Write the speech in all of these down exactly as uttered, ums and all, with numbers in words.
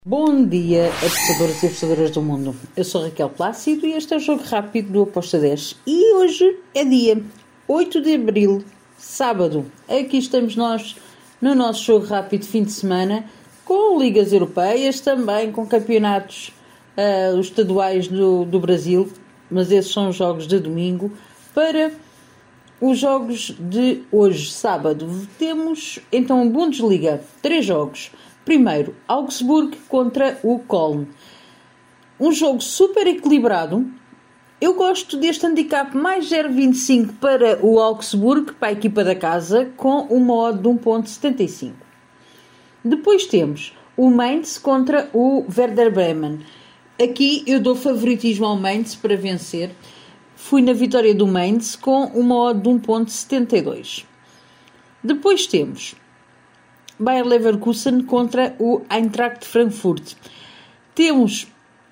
Bom dia, apostadoras e apostadoras do mundo. Eu sou Raquel Plácido e este é o Jogo Rápido do Aposta dez. E hoje é dia oito de abril, sábado. Aqui estamos nós no nosso Jogo Rápido de fim de semana, com ligas europeias, também com campeonatos uh, os estaduais do, do Brasil, mas esses são os jogos de domingo. Para os jogos de hoje, sábado, temos então Bundesliga, três jogos. Primeiro, Augsburg contra o Köln. Um jogo super equilibrado. Eu gosto deste handicap mais zero vírgula vinte e cinco para o Augsburg, para a equipa da casa, com uma odd de um vírgula setenta e cinco. Depois temos o Mainz contra o Werder Bremen. Aqui eu dou favoritismo ao Mainz para vencer. Fui na vitória do Mainz com uma odd de um vírgula setenta e dois. Depois temos Bayer Leverkusen contra o Eintracht Frankfurt. Temos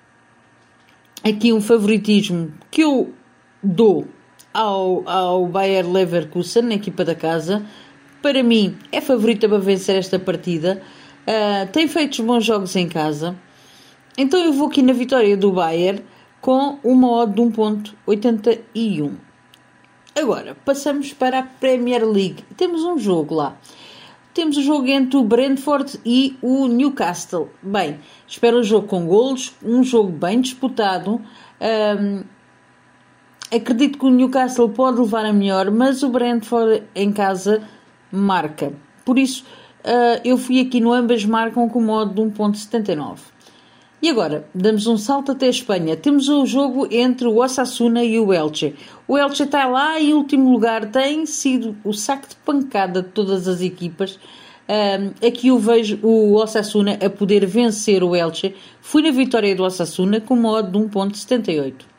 aqui um favoritismo que eu dou ao, ao Bayer Leverkusen, na equipa da casa. Para mim, é favorita para vencer esta partida. Uh, tem feito bons jogos em casa. Então eu vou aqui na vitória do Bayer com uma odd de um vírgula oitenta e um. Agora, passamos para a Premier League. Temos um jogo lá. Temos o jogo entre o Brentford e o Newcastle. Bem, espero um jogo com golos, um jogo bem disputado. Um, acredito que o Newcastle pode levar a melhor, mas o Brentford em casa marca. Por isso, uh, eu fui aqui no ambas marcam com modo de um vírgula setenta e nove. E agora, damos um salto até a Espanha. Temos o jogo entre o Osasuna e o Elche. O Elche está lá em último lugar. Tem sido o saco de pancada de todas as equipas. Um, aqui eu vejo o Osasuna a poder vencer o Elche. Fui na vitória do Osasuna com uma odd de um vírgula setenta e oito.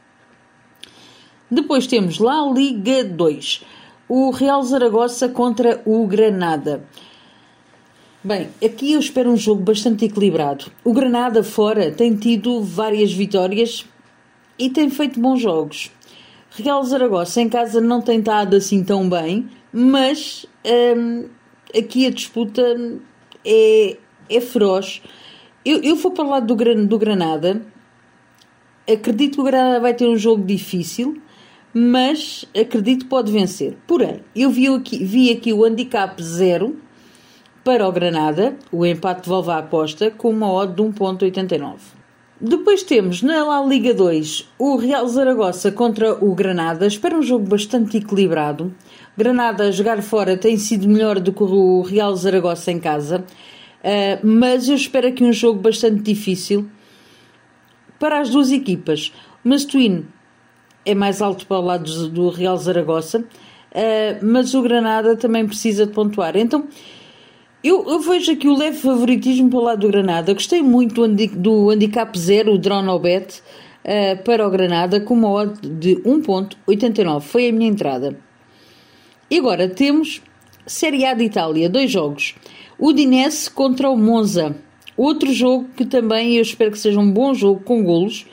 Depois temos lá a Liga dois. O Real Zaragoza contra o Granada. Bem, aqui eu espero um jogo bastante equilibrado. O Granada fora tem tido várias vitórias e tem feito bons jogos. Real Zaragoza em casa não tem estado assim tão bem, mas hum, aqui a disputa é, é feroz. Eu, eu vou para o lado do, do Granada. Acredito que o Granada vai ter um jogo difícil, mas acredito que pode vencer. Porém, eu vi aqui, vi aqui o handicap zero para o Granada, o empate devolve a aposta com uma odd de um vírgula oitenta e nove. Depois temos na La Liga dois o Real Zaragoza contra o Granada. Espero um jogo bastante equilibrado. Granada a jogar fora tem sido melhor do que o Real Zaragoza em casa, uh, mas eu espero aqui um jogo bastante difícil para as duas equipas. O Mastuíno é mais alto para o lado do Real Zaragoza, uh, mas o Granada também precisa de pontuar. Então Eu, eu vejo aqui o leve favoritismo para o lado do Granada. Gostei muito do, handi- do handicap zero, o draw no bet, uh, para o Granada, com uma odd de um vírgula oitenta e nove. Foi a minha entrada. E agora temos Série A de Itália, dois jogos. O Udinese contra o Monza. Outro jogo que também eu espero que seja um bom jogo, com golos.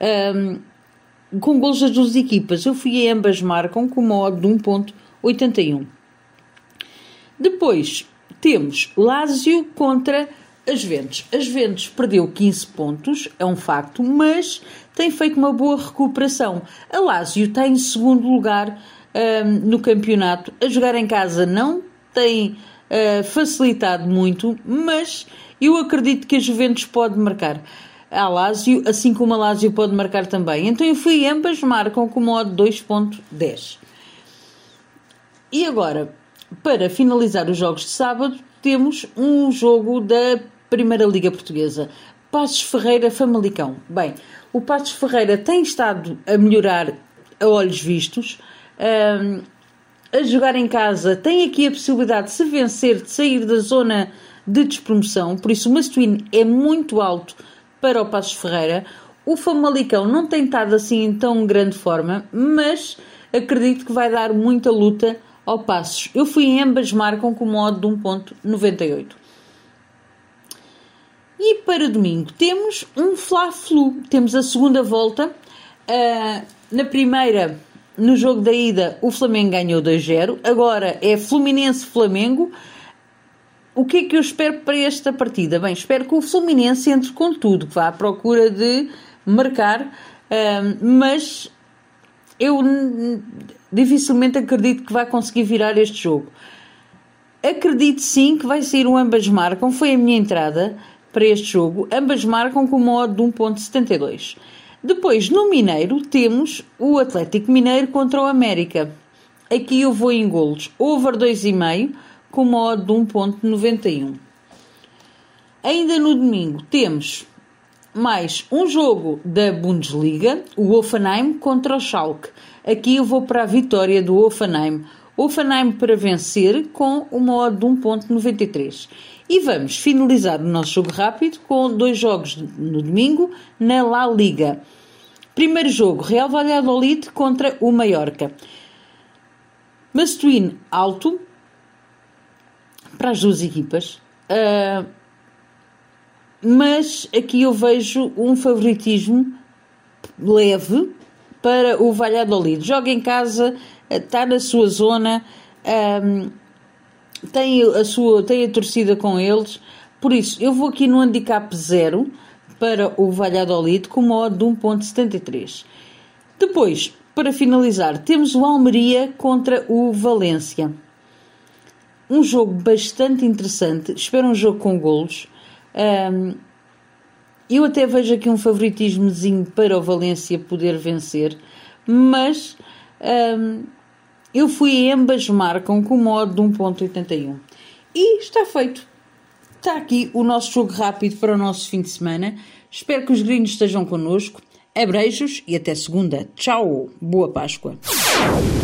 Um, com golos das duas equipas. Eu fui a ambas marcam, com uma odd de um vírgula oitenta e um. Depois temos Lazio contra a Juventus. A Juventus perdeu quinze pontos, é um facto, mas tem feito uma boa recuperação. A Lazio está em segundo lugar um, no campeonato. A jogar em casa não tem uh, facilitado muito, mas eu acredito que a Juventus pode marcar a Lazio, assim como a Lazio pode marcar também. Então eu fui ambas marcam com uma odd de dois vírgula dez. E agora, para finalizar os jogos de sábado, temos um jogo da Primeira Liga Portuguesa. Passos Ferreira Famalicão. Bem, o Passos Ferreira tem estado a melhorar a olhos vistos. Um, a jogar em casa tem aqui a possibilidade de se vencer, de sair da zona de despromoção. Por isso o Mastuíno é muito alto para o Passos Ferreira. O Famalicão não tem estado assim em tão grande forma, mas acredito que vai dar muita luta ao Passos. Eu fui em ambas marcam com uma odd de um vírgula noventa e oito. E para domingo temos um Fla-Flu. Temos a segunda volta. Uh, na primeira, no jogo da ida, o Flamengo ganhou dois a zero. Agora é Fluminense-Flamengo. o que é que eu espero para esta partida? Bem, espero que o Fluminense entre com tudo, que vá à procura de marcar, uh, mas eu dificilmente acredito que vai conseguir virar este jogo. Acredito sim que vai ser um ambas marcam, foi a minha entrada para este jogo, ambas marcam com uma odd de um ponto setenta e dois. Depois, no Mineiro, temos o Atlético Mineiro contra o América. Aqui eu vou em golos, over dois vírgula cinco com uma odd de um ponto noventa e um. Ainda no domingo temos mais um jogo da Bundesliga, o Hoffenheim contra o Schalke. Aqui eu vou para a vitória do Hoffenheim. Hoffenheim para vencer com uma odd de um ponto noventa e três. E vamos finalizar o nosso jogo rápido com dois jogos no domingo na La Liga. Primeiro jogo, Real Valladolid contra o Mallorca. Must win alto para as duas equipas. Uh, mas aqui eu vejo um favoritismo leve para o Valladolid. Joga em casa, está na sua zona, um, tem, a sua, tem a torcida com eles, por isso eu vou aqui no handicap zero para o Valladolid com uma odd de um ponto setenta e três. Depois, para finalizar, temos o Almeria contra o Valência. Um jogo bastante interessante, espero um jogo com golos. Um, eu até vejo aqui um favoritismozinho para o Valência poder vencer, mas um, eu fui em ambas marcam com uma odd de um ponto oitenta e um. E está feito. Está aqui o nosso jogo rápido para o nosso fim de semana. Espero que os gringos estejam connosco. Abreijos e até segunda. Tchau. Boa Páscoa.